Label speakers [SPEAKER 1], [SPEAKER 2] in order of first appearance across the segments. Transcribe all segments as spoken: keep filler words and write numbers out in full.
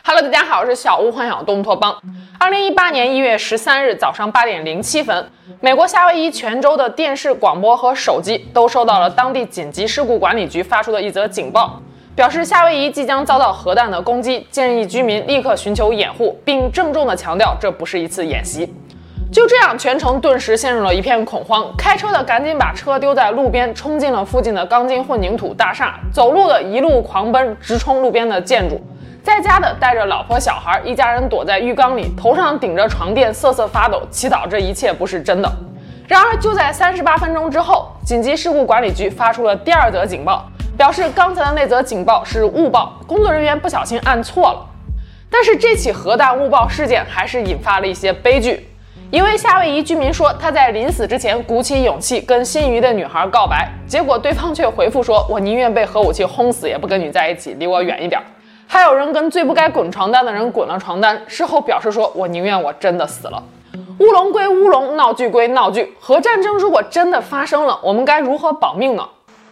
[SPEAKER 1] Hello， 大家好，我是小屋幻想东托邦。二零一八年一月十三日早上八点零七分，美国夏威夷全州的电视、广播和手机都收到了当地紧急事故管理局发出的一则警报，表示夏威夷即将遭到核弹的攻击，建议居民立刻寻求掩护，并郑重地强调这不是一次演习。就这样，全城顿时陷入了一片恐慌。开车的赶紧把车丢在路边，冲进了附近的钢筋混凝土大厦；走路的一路狂奔，直冲路边的建筑。在家的带着老婆小孩，一家人躲在浴缸里，头上顶着床垫，瑟瑟发抖，祈祷这一切不是真的。然而，就在三十八分钟之后，紧急事故管理局发出了第二则警报，表示刚才的那则警报是误报，工作人员不小心按错了。但是这起核弹误报事件还是引发了一些悲剧。一位夏威夷居民说，他在临死之前鼓起勇气跟心仪的女孩告白，结果对方却回复说：“我宁愿被核武器轰死，也不跟你在一起，离我远一点。”还有人跟最不该滚床单的人滚了床单，事后表示说：“我宁愿我真的死了。”乌龙归乌龙，闹剧归闹剧，核战争如果真的发生了，我们该如何保命呢？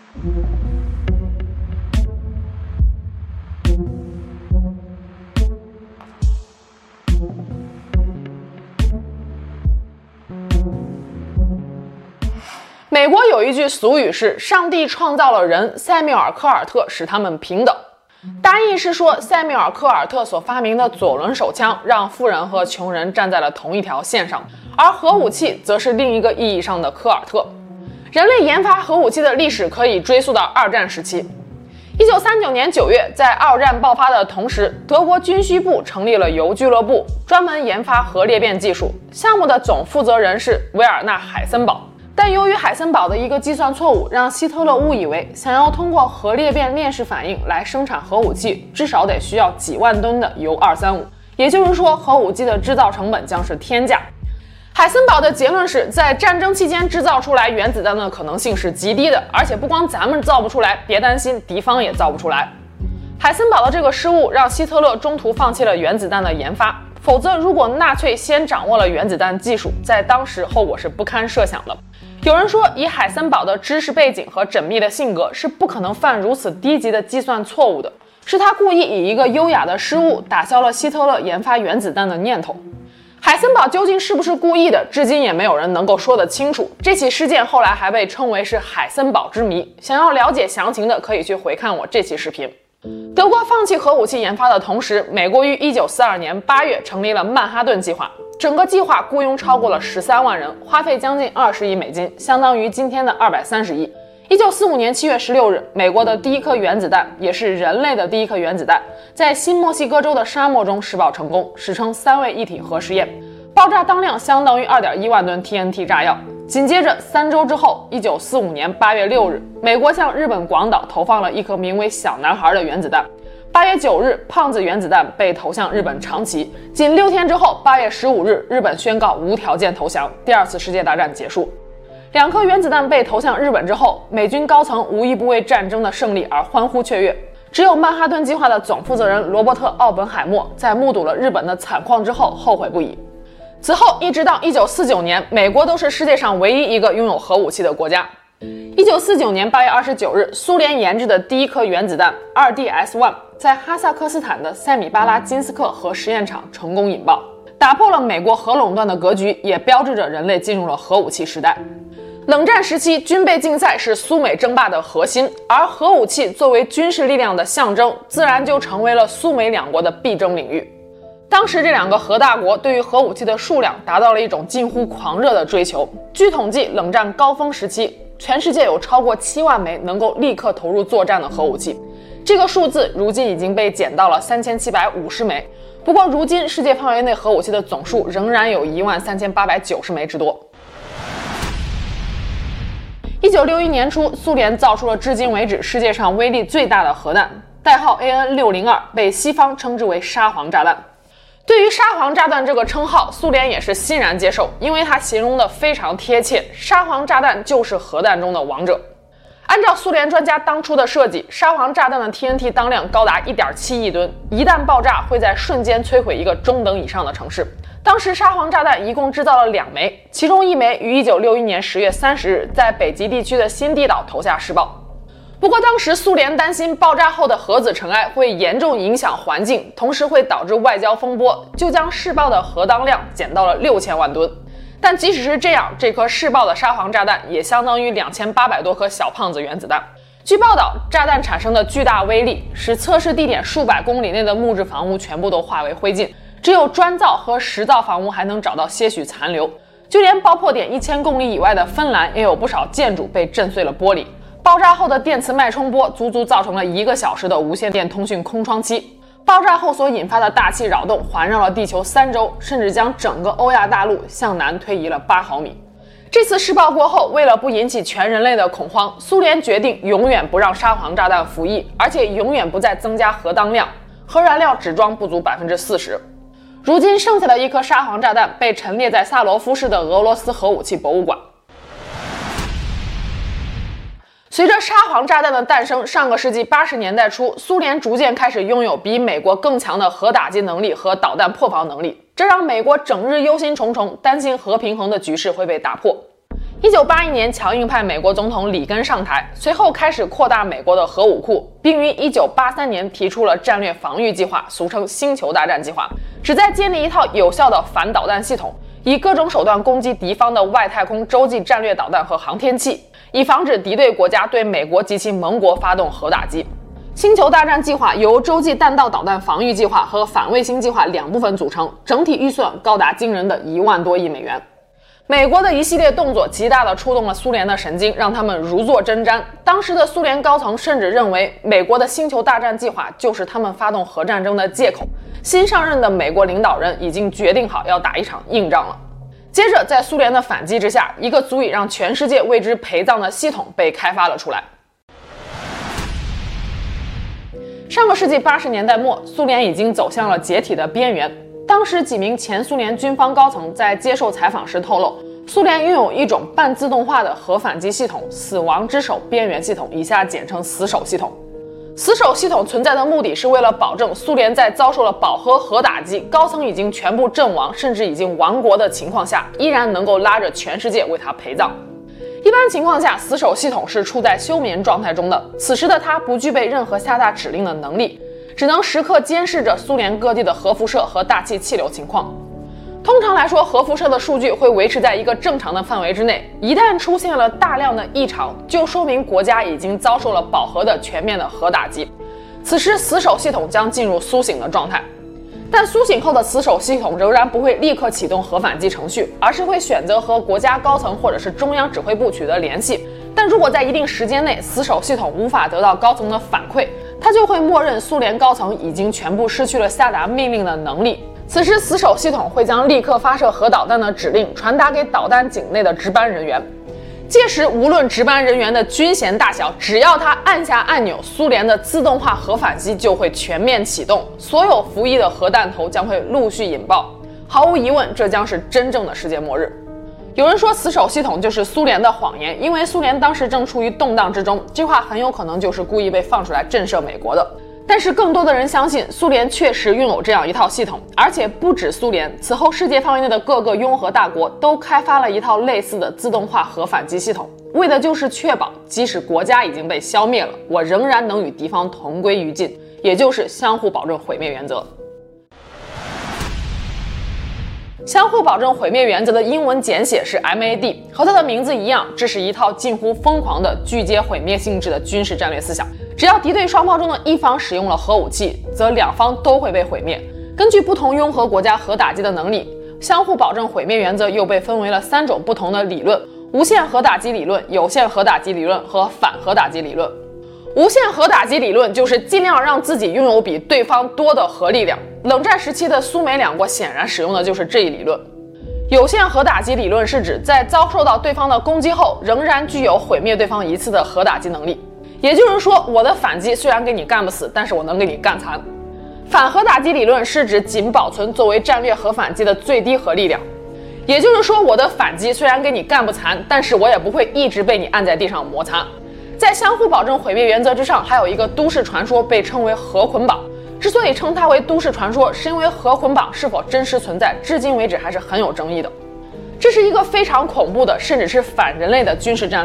[SPEAKER 1] 美国有一句俗语是：“上帝创造了人，塞缪尔·科尔特使他们平等。”大意是说，塞缪尔·科尔特所发明的左轮手枪让富人和穷人站在了同一条线上，而核武器则是另一个意义上的科尔特。人类研发核武器的历史可以追溯到二战时期。一九三九年九月，在二战爆发的同时，德国军需部成立了铀俱乐部，专门研发核裂变技术。项目的总负责人是维尔纳·海森堡。但由于海森堡的一个计算错误，让希特勒误以为想要通过核裂变链式反应来生产核武器，至少得需要几万吨的铀二三五，也就是说，核武器的制造成本将是天价。海森堡的结论是，在战争期间制造出来原子弹的可能性是极低的，而且不光咱们造不出来，别担心，敌方也造不出来。海森堡的这个失误让希特勒中途放弃了原子弹的研发，否则如果纳粹先掌握了原子弹技术，在当时后果是不堪设想的。有人说，以海森堡的知识背景和缜密的性格，是不可能犯如此低级的计算错误的，是他故意以一个优雅的失误打消了希特勒研发原子弹的念头。海森堡究竟是不是故意的，至今也没有人能够说得清楚。这起事件后来还被称为是海森堡之谜，想要了解详情的可以去回看我这期视频。德国放弃核武器研发的同时，美国于一九四二年八月成立了曼哈顿计划。整个计划雇佣超过了十三万人，花费将近二十亿美金，相当于今天的二百三十亿。一九四五年七月十六日，美国的第一颗原子弹，也是人类的第一颗原子弹，在新墨西哥州的沙漠中试爆成功，史称三位一体核试验，爆炸当量相当于 二点一万吨 T N T 炸药。紧接着三周之后，一九四五年八月六日，美国向日本广岛投放了一颗名为小男孩的原子弹。八月九日，胖子原子弹被投向日本长崎。仅六天之后，八月十五日，日本宣告无条件投降，第二次世界大战结束。两颗原子弹被投向日本之后，美军高层无一不为战争的胜利而欢呼雀跃。只有曼哈顿计划的总负责人罗伯特·奥本海默在目睹了日本的惨况之后后悔不已。此后一直到一九四九年，美国都是世界上唯一一个拥有核武器的国家。一九四九年八月二十九日，苏联研制的第一颗原子弹 二 D S 一 在哈萨克斯坦的塞米巴拉金斯克核实验场成功引爆，打破了美国核垄断的格局，也标志着人类进入了核武器时代。冷战时期，军备竞赛是苏美争霸的核心，而核武器作为军事力量的象征，自然就成为了苏美两国的必争领域。当时这两个核大国对于核武器的数量达到了一种近乎狂热的追求。据统计，冷战高峰时期，全世界有超过七万枚能够立刻投入作战的核武器，这个数字如今已经被减到了三千七百五十枚。不过，如今世界范围内核武器的总数仍然有一万三千八百九十枚之多。一九六一年初，苏联造出了至今为止世界上威力最大的核弹，代号 A N 六零二，被西方称之为沙皇炸弹。对于沙皇炸弹这个称号，苏联也是欣然接受，因为它形容的非常贴切，沙皇炸弹就是核弹中的王者。按照苏联专家当初的设计，沙皇炸弹的 T N T 当量高达 一点七亿吨，一旦爆炸会在瞬间摧毁一个中等以上的城市。当时沙皇炸弹一共制造了两枚，其中一枚于一九六一年十月三十日在北极地区的新地岛投下试爆。 不过当时苏联担心爆炸后的核子尘埃会严重影响环境，同时会导致外交风波，就将试爆的核当量减到了六千万吨。但即使是这样，这颗试爆的沙皇炸弹也相当于两千八百多颗小胖子原子弹。据报道，炸弹产生的巨大威力使测试地点数百公里内的木质房屋全部都化为灰烬，只有砖造和石造房屋还能找到些许残留。就连爆破点一千公里以外的芬兰也有不少建筑被震碎了玻璃。爆炸后的电磁脉冲波足足造成了一个小时的无线电通讯空窗期。爆炸后所引发的大气扰动环绕了地球三周，甚至将整个欧亚大陆向南推移了八毫米。这次试爆过后，为了不引起全人类的恐慌，苏联决定永远不让沙皇炸弹服役，而且永远不再增加核当量，核燃料只装不足 百分之四十。如今剩下的一颗沙皇炸弹被陈列在萨罗夫市的俄罗斯核武器博物馆。随着沙皇炸弹的诞生，上个世纪八十年代初，苏联逐渐开始拥有比美国更强的核打击能力和导弹破防能力，这让美国整日忧心忡忡，担心核平衡的局势会被打破。一九八一年，强硬派美国总统里根上台，随后开始扩大美国的核武库，并于一九八三年提出了战略防御计划，俗称星球大战计划，旨在建立一套有效的反导弹系统，以各种手段攻击敌方的外太空洲际战略导弹和航天器，以防止敌对国家对美国及其盟国发动核打击。星球大战计划由洲际弹道导弹防御计划和反卫星计划两部分组成，整体预算高达惊人的一万多亿美元。美国的一系列动作极大地触动了苏联的神经，让他们如坐针毡。当时的苏联高层甚至认为，美国的星球大战计划就是他们发动核战争的借口。新上任的美国领导人已经决定好要打一场硬仗了。接着，在苏联的反击之下，一个足以让全世界为之陪葬的系统被开发了出来。上个世纪八十年代末，苏联已经走向了解体的边缘。当时几名前苏联军方高层在接受采访时透露，苏联拥有一种半自动化的核反击系统——死亡之手边缘系统，以下简称死手系统。死手系统存在的目的是为了保证苏联在遭受了饱和核打击、高层已经全部阵亡，甚至已经亡国的情况下，依然能够拉着全世界为它陪葬。一般情况下，死手系统是处在休眠状态中的，此时的它不具备任何下达指令的能力，只能时刻监视着苏联各地的核辐射和大气气流情况。通常来说，核辐射的数据会维持在一个正常的范围之内，一旦出现了大量的异常，就说明国家已经遭受了饱和的全面的核打击。此时死手系统将进入苏醒的状态，但苏醒后的死手系统仍然不会立刻启动核反击程序，而是会选择和国家高层或者是中央指挥部取得联系。但如果在一定时间内死手系统无法得到高层的反馈，它就会默认苏联高层已经全部失去了下达命令的能力。此时死手系统会将立刻发射核导弹的指令传达给导弹井内的值班人员，届时无论值班人员的军衔大小，只要他按下按钮，苏联的自动化核反击就会全面启动，所有服役的核弹头将会陆续引爆。毫无疑问，这将是真正的世界末日。有人说死手系统就是苏联的谎言，因为苏联当时正处于动荡之中，这话很有可能就是故意被放出来震慑美国的。但是更多的人相信，苏联确实拥有这样一套系统，而且不止苏联，此后世界范围内的各个拥核大国都开发了一套类似的自动化核反击系统，为的就是确保即使国家已经被消灭了，我仍然能与敌方同归于尽，也就是相互保证毁灭原则。相互保证毁灭原则的英文简写是 M A D， 和它的名字一样，这是一套近乎疯狂的拒接毁灭性质的军事战略思想。只要敌对双方中的一方使用了核武器，则两方都会被毁灭。根据不同拥核国家核打击的能力，相互保证毁灭原则又被分为了三种不同的理论：无限核打击理论、有限核打击理论和反核打击理论。无限核打击理论就是尽量让自己拥有比对方多的核力量。冷战时期的苏美两国显然使用的就是这一理论。有限核打击理论是指在遭受到对方的攻击后，仍然具有毁灭对方一次的核打击能力。也就是说，我的反击虽然给你干不死，但是我能给你干残。反核打击理论是指仅保存作为战略核反击的最低核力量。也就是说，我的反击虽然给你干不残，但是我也不会一直被你按在地上摩擦。在相互保证毁灭原则之上，还有一个都市传说被称为核捆绑。之所以称它为都市传说，是因为核捆绑是否真实存在，至今为止还是很有争议的。这是一个非常恐怖的，甚至是反人类的军事战略。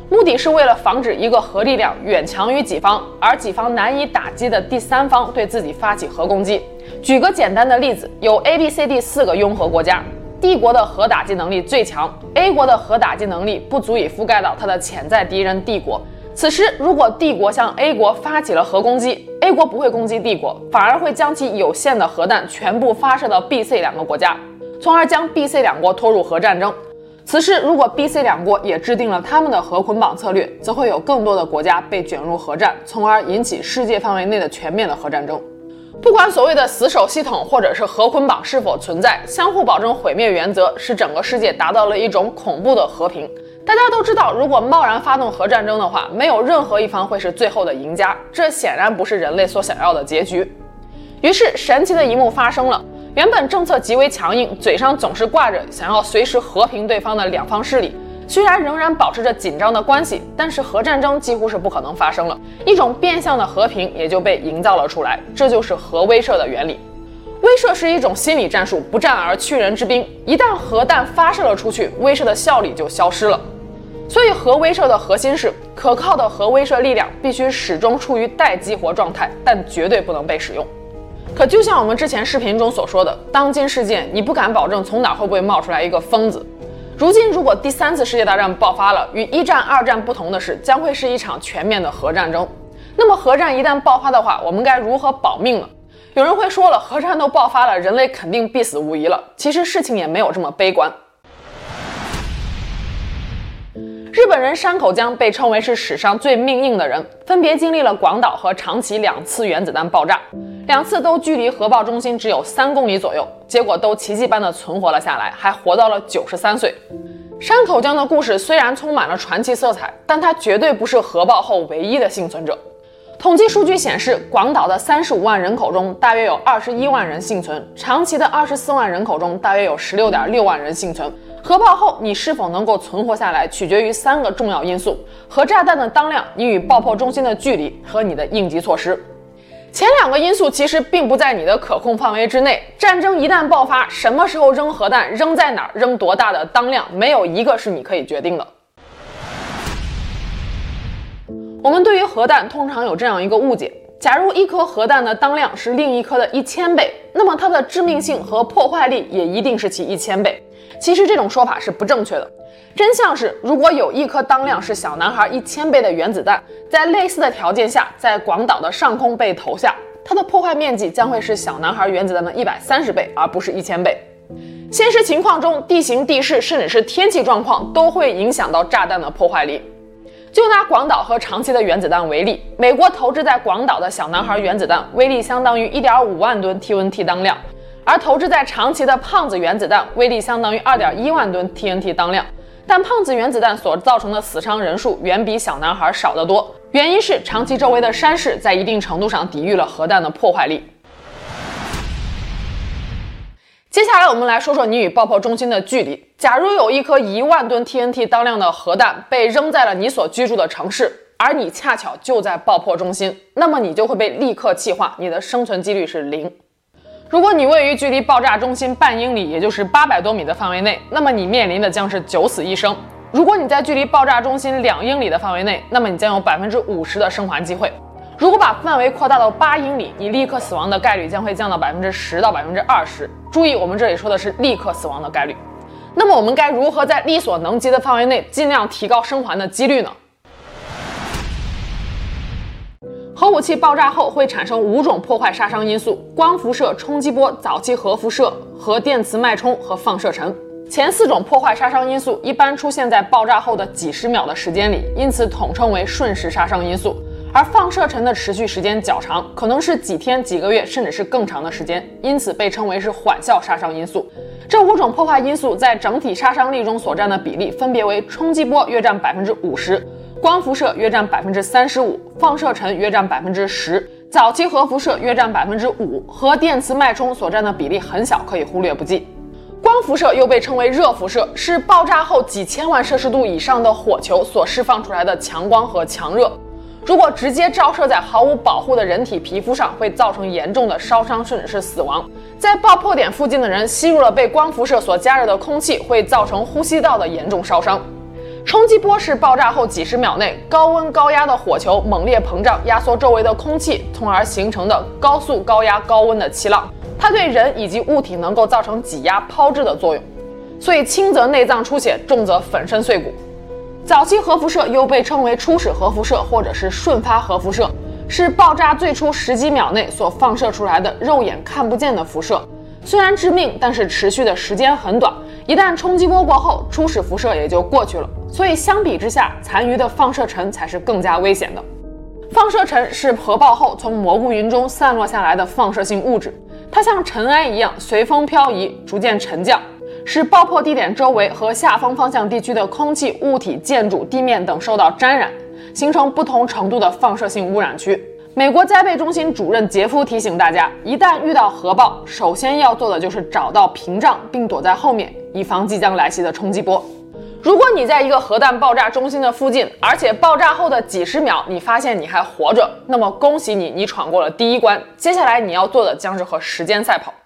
[SPEAKER 1] 目的是为了防止一个核力量远强于己方，而己方难以打击的第三方对自己发起核攻击。举个简单的例子，有 A、B、C、D 四个拥核国家，D 国的核打击能力最强 ，A 国的核打击能力不足以覆盖到它的潜在敌人 D 国。此时，如果 D 国向 A 国发起了核攻击 ，A 国不会攻击 D 国，反而会将其有限的核弹全部发射到 B、C 两个国家，从而将 B、C 两国拖入核战争。此时，如果 B、C 两国也制定了他们的核捆绑策略，则会有更多的国家被卷入核战，从而引起世界范围内的全面的核战争。不管所谓的死守系统或者是核捆绑是否存在，相互保证毁灭原则使整个世界达到了一种恐怖的和平。大家都知道，如果贸然发动核战争的话，没有任何一方会是最后的赢家，这显然不是人类所想要的结局。于是，神奇的一幕发生了。原本政策极为强硬，嘴上总是挂着想要随时和平对方的两方势力，虽然仍然保持着紧张的关系，但是核战争几乎是不可能发生了，一种变相的和平也就被营造了出来。这就是核威慑的原理。威慑是一种心理战术，不战而屈人之兵。一旦核弹发射了出去，威慑的效力就消失了。所以核威慑的核心是，可靠的核威慑力量必须始终处于待激活状态，但绝对不能被使用。可就像我们之前视频中所说的，当今世界你不敢保证从哪会不会冒出来一个疯子。如今如果第三次世界大战爆发了，与一战、二战不同的是，将会是一场全面的核战争。那么核战一旦爆发的话，我们该如何保命呢？有人会说了，核战都爆发了，人类肯定必死无疑了。其实事情也没有这么悲观。日本人山口江被称为是史上最命硬的人，分别经历了广岛和长崎两次原子弹爆炸，两次都距离核爆中心只有三公里左右，结果都奇迹般的存活了下来，还活到了九十三岁。山口江的故事虽然充满了传奇色彩，但他绝对不是核爆后唯一的幸存者。统计数据显示，广岛的三十五万人口中大约有二十一万人幸存，长崎的二十四万人口中大约有十六点六万人幸存。核爆后你是否能够存活下来，取决于三个重要因素：核炸弹的当量、你与爆破中心的距离和你的应急措施。前两个因素其实并不在你的可控范围之内，战争一旦爆发，什么时候扔核弹、扔在哪儿、扔多大的当量，没有一个是你可以决定的。我们对于核弹通常有这样一个误解：假如一颗核弹的当量是另一颗的一千倍，那么它的致命性和破坏力也一定是其一千倍。其实这种说法是不正确的。真相是，如果有一颗当量是小男孩一千倍的原子弹，在类似的条件下，在广岛的上空被投下，它的破坏面积将会是小男孩原子弹的一百三十倍，而不是一千倍。现实情况中，地形、地势，甚至是天气状况都会影响到炸弹的破坏力。就拿广岛和长崎的原子弹为例，美国投掷在广岛的小男孩原子弹威力相当于 一点五万吨 T N T 当量，而投掷在长崎的胖子原子弹威力相当于 二点一万吨 T N T 当量，但胖子原子弹所造成的死伤人数远比小男孩少得多。原因是长崎周围的山势在一定程度上抵御了核弹的破坏力。接下来我们来说说你与爆破中心的距离。假如有一颗一万吨 T N T 当量的核弹被扔在了你所居住的城市，而你恰巧就在爆破中心，那么你就会被立刻气化，你的生存几率是零。如果你位于距离爆炸中心半英里，也就是八百多米的范围内，那么你面临的将是九死一生。如果你在距离爆炸中心两英里的范围内，那么你将有 百分之五十 的生还机会。如果把范围扩大到八英里，你立刻死亡的概率将会降到 百分之十 到 百分之二十。注意，我们这里说的是立刻死亡的概率。那么我们该如何在力所能及的范围内尽量提高生还的几率呢？核武器爆炸后会产生五种破坏杀伤因素：光辐射、冲击波、早期核辐射、核电磁脉冲和放射尘。前四种破坏杀伤因素一般出现在爆炸后的几十秒的时间里，因此统称为瞬时杀伤因素。而放射尘的持续时间较长，可能是几天、几个月，甚至是更长的时间，因此被称为是缓效杀伤因素。这五种破坏因素在整体杀伤力中所占的比例分别为：冲击波约占 百分之五十， 光辐射约占 百分之三十五， 放射尘约占 百分之十， 早期核辐射约占 百分之五， 和电磁脉冲所占的比例很小，可以忽略不计。光辐射又被称为热辐射，是爆炸后几千万摄氏度以上的火球所释放出来的强光和强热。如果直接照射在毫无保护的人体皮肤上，会造成严重的烧伤甚至是死亡。在爆破点附近的人吸入了被光辐射所加热的空气，会造成呼吸道的严重烧伤。 冲击波是爆炸后几十秒内高温高压的火球猛烈膨胀，压缩周围的空气，从而形成的高速高压高温的气浪。它对人以及物体能够造成挤压抛掷的作用，所以轻则内脏出血，重则粉身碎骨。早期核辐射又被称为初始核辐射或者是瞬发核辐射，是爆炸最初十几秒内所放射出来的肉眼看不见的辐射。虽然致命，但是持续的时间很短，一旦冲击波过后，初始辐射也就过去了。所以相比之下，残余的放射尘才是更加危险的。放射尘是核爆后从蘑菇云中散落下来的放射性物质，它像尘埃一样随风漂移，逐渐沉降，使爆破地点周围和下风方向地区的空气、物体、建筑、地面等受到沾染，形成不同程度的放射性污染区。美国灾备中心主任杰夫提醒大家，一旦遇到核爆，首先要做的就是找到屏障并躲在后面，以防即将来袭的冲击波。如果你在一个核弹爆炸中心的附近，而且爆炸后的几十秒你发现你还活着，那么恭喜你，你闯过了第一关。接下来你要做的将是和时间赛跑。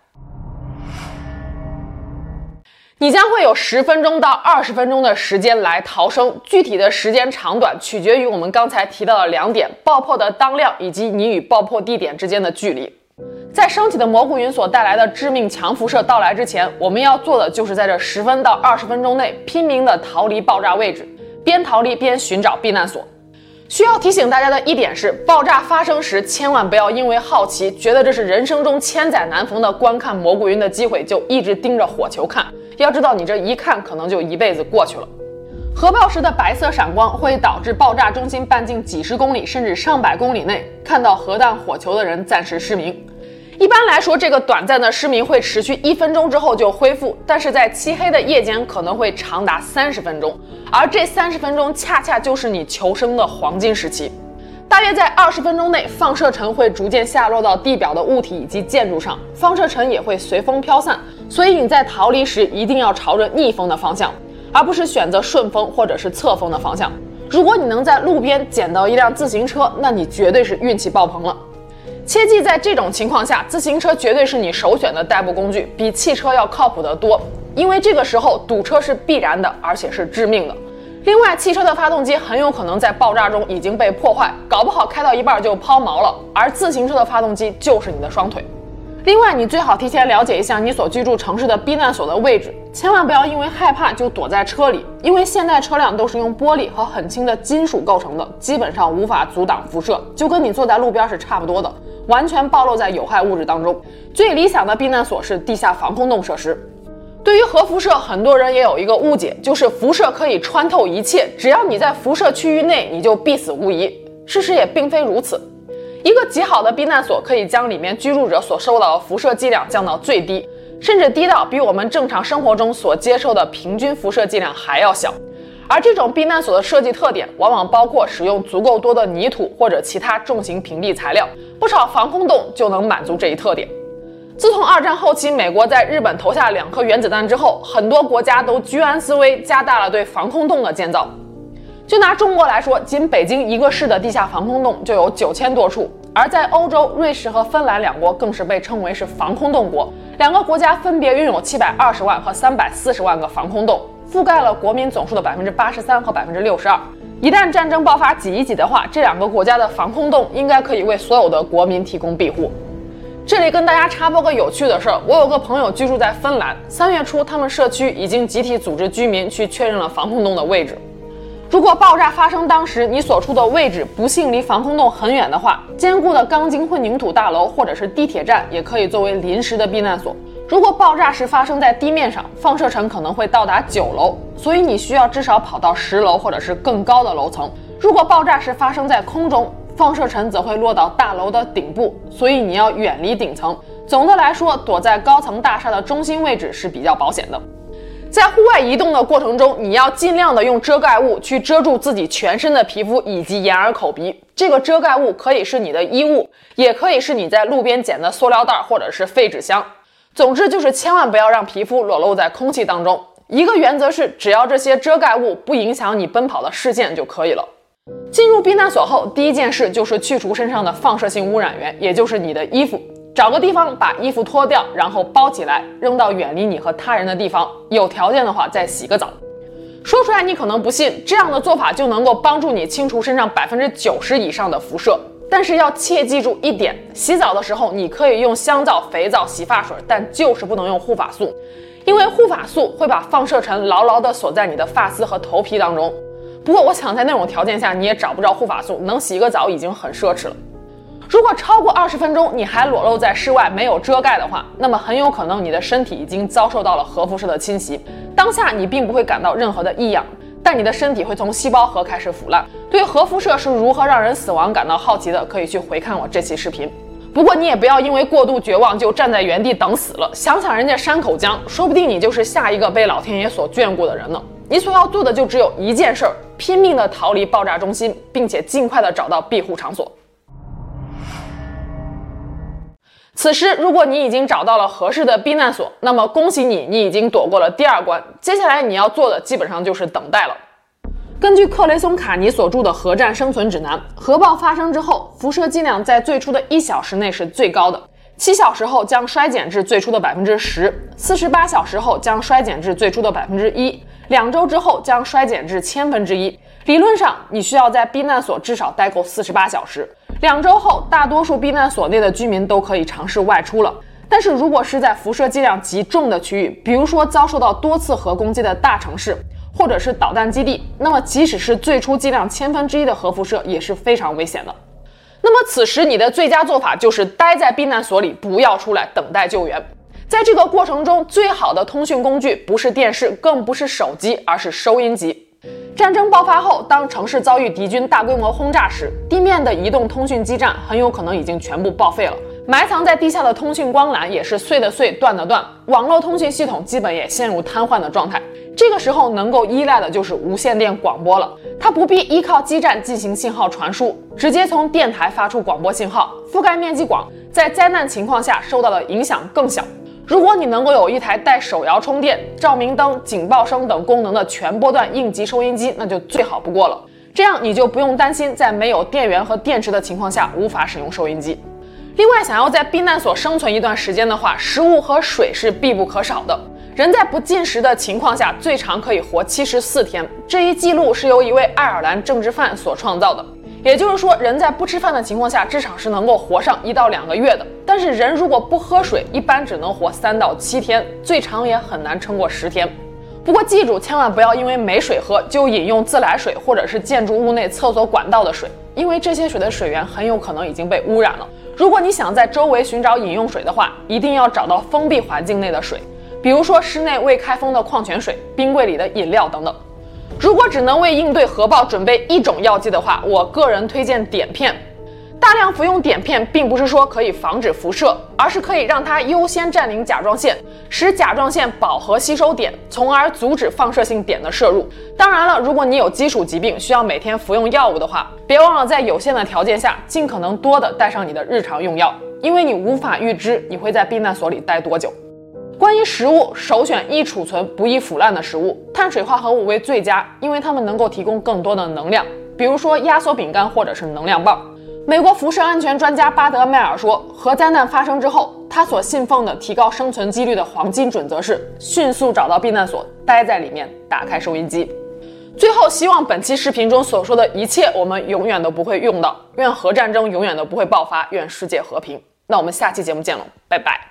[SPEAKER 1] 你将会有十分钟到二十分钟的时间来逃生，具体的时间长短取决于我们刚才提到的两点：爆破的当量以及你与爆破地点之间的距离。在升起的蘑菇云所带来的致命强辐射到来之前，我们要做的就是在这十分到二十分钟内拼命的逃离爆炸位置，边逃离边寻找避难所。需要提醒大家的一点是，爆炸发生时千万不要因为好奇，觉得这是人生中千载难逢的观看蘑菇云的机会，就一直盯着火球看。要知道，你这一看可能就一辈子过去了。核爆时的白色闪光会导致爆炸中心半径几十公里甚至上百公里内看到核弹火球的人暂时失明。一般来说，这个短暂的失明会持续一分钟之后就恢复，但是在漆黑的夜间可能会长达三十分钟，而这三十分钟恰恰就是你求生的黄金时期。大约在二十分钟内，放射尘会逐渐下落到地表的物体以及建筑上，放射尘也会随风飘散，所以你在逃离时一定要朝着逆风的方向，而不是选择顺风或者是侧风的方向。如果你能在路边捡到一辆自行车，那你绝对是运气爆棚了。切记，在这种情况下，自行车绝对是你首选的代步工具，比汽车要靠谱得多，因为这个时候堵车是必然的，而且是致命的。另外，汽车的发动机很有可能在爆炸中已经被破坏，搞不好开到一半就抛锚了，而自行车的发动机就是你的双腿。另外，你最好提前了解一下你所居住城市的避难所的位置，千万不要因为害怕就躲在车里，因为现代车辆都是用玻璃和很轻的金属构成的，基本上无法阻挡辐射，就跟你坐在路边是差不多的，完全暴露在有害物质当中。最理想的避难所是地下防空洞设施。对于核辐射，很多人也有一个误解，就是辐射可以穿透一切，只要你在辐射区域内，你就必死无疑。事实也并非如此。一个极好的避难所可以将里面居住者所受到的辐射剂量降到最低，甚至低到比我们正常生活中所接受的平均辐射剂量还要小。而这种避难所的设计特点往往包括使用足够多的泥土或者其他重型屏蔽材料，不少防空洞就能满足这一特点。自从二战后期美国在日本投下两颗原子弹之后，很多国家都居安思危，加大了对防空洞的建造。就拿中国来说，仅北京一个市的地下防空洞就有九千多处，而在欧洲，瑞士和芬兰两国更是被称为是防空洞国，两个国家分别拥有七百二十万和三百四十万个防空洞，覆盖了国民总数的百分之八十三和百分之六十二。一旦战争爆发挤一挤的话，这两个国家的防空洞应该可以为所有的国民提供庇护。这里跟大家插播个有趣的事儿，我有个朋友居住在芬兰，三月初他们社区已经集体组织居民去确认了防空洞的位置。如果爆炸发生当时你所处的位置不幸离防空洞很远的话，坚固的钢筋混凝土大楼或者是地铁站也可以作为临时的避难所。如果爆炸是发生在地面上，放射尘可能会到达九楼，所以你需要至少跑到十楼或者是更高的楼层。如果爆炸是发生在空中，放射尘则会落到大楼的顶部，所以你要远离顶层。总的来说，躲在高层大厦的中心位置是比较保险的。在户外移动的过程中，你要尽量的用遮盖物去遮住自己全身的皮肤以及眼耳口鼻。这个遮盖物可以是你的衣物，也可以是你在路边捡的塑料袋或者是废纸箱。总之就是千万不要让皮肤裸露在空气当中。一个原则是，只要这些遮盖物不影响你奔跑的视线就可以了。进入避难所后，第一件事就是去除身上的放射性污染源，也就是你的衣服。找个地方把衣服脱掉，然后包起来，扔到远离你和他人的地方。有条件的话再洗个澡。 说出来你可能不信，这样的做法就能够帮助你清除身上百分之九十以上的辐射。但是要切记住一点，洗澡的时候你可以用香皂、肥皂、洗发水，但就是不能用护发素，因为护发素会把放射尘牢牢地锁在你的发丝和头皮当中。不过我想在那种条件下你也找不着护发素，能洗个澡已经很奢侈了。如果超过二十分钟你还裸露在室外没有遮盖的话，那么很有可能你的身体已经遭受到了核辐射的侵袭。当下你并不会感到任何的异样，但你的身体会从细胞核开始腐烂。对核辐射是如何让人死亡感到好奇的，可以去回看我这期视频。不过你也不要因为过度绝望就站在原地等死了，想想人家山口江，说不定你就是下一个被老天爷所眷顾的人呢。你所要做的就只有一件事儿，拼命地逃离爆炸中心，并且尽快地找到庇护场所。此时如果你已经找到了合适的避难所，那么恭喜你，你已经躲过了第二关。接下来你要做的基本上就是等待了。根据克雷松卡尼所著的《核战生存指南》，核爆发生之后，辐射剂量在最初的一小时内是最高的，七小时后将衰减至最初的百分之十，四十八小时后将衰减至最初的百分之一，两周之后将衰减至千分之一。理论上，你需要在避难所至少待够四十八小时。两周后，大多数避难所内的居民都可以尝试外出了。但是如果是在辐射剂量极重的区域，比如说遭受到多次核攻击的大城市，或者是导弹基地，那么即使是最初剂量千分之一的核辐射也是非常危险的。那么此时你的最佳做法就是待在避难所里，不要出来等待救援。在这个过程中，最好的通讯工具不是电视，更不是手机，而是收音机。战争爆发后，当城市遭遇敌军大规模轰炸时，地面的移动通讯基站很有可能已经全部报废了，埋藏在地下的通讯光缆也是碎的碎，断的断，网络通讯系统基本也陷入瘫痪的状态。这个时候能够依赖的就是无线电广播了，它不必依靠基站进行信号传输，直接从电台发出广播信号，覆盖面积广，在灾难情况下受到的影响更小。如果你能够有一台带手摇充电、照明灯、警报声等功能的全波段应急收音机，那就最好不过了。这样你就不用担心在没有电源和电池的情况下无法使用收音机。另外，想要在避难所生存一段时间的话，食物和水是必不可少的。人在不进食的情况下，最长可以活七十四天，这一记录是由一位爱尔兰政治犯所创造的。也就是说，人在不吃饭的情况下，至少是能够活上一到两个月的。但是人如果不喝水，一般只能活三到七天，最长也很难撑过十天。不过记住，千万不要因为没水喝就饮用自来水或者是建筑物内厕所管道的水，因为这些水的水源很有可能已经被污染了。如果你想在周围寻找饮用水的话，一定要找到封闭环境内的水，比如说室内未开封的矿泉水、冰柜里的饮料等等。如果只能为应对核爆准备一种药剂的话，我个人推荐碘片。大量服用碘片并不是说可以防止辐射，而是可以让它优先占领甲状腺，使甲状腺饱和吸收碘，从而阻止放射性碘的摄入。当然了，如果你有基础疾病需要每天服用药物的话，别忘了在有限的条件下尽可能多的带上你的日常用药，因为你无法预知你会在避难所里待多久。关于食物，首选易储存不易腐烂的食物，碳水化合物为最佳，因为它们能够提供更多的能量，比如说压缩饼干或者是能量棒。美国辐射安全专家巴德迈尔说，核灾难发生之后，他所信奉的提高生存几率的黄金准则是迅速找到避难所，待在里面，打开收音机。最后，希望本期视频中所说的一切我们永远都不会用到，愿核战争永远都不会爆发，愿世界和平。那我们下期节目见喽，拜拜。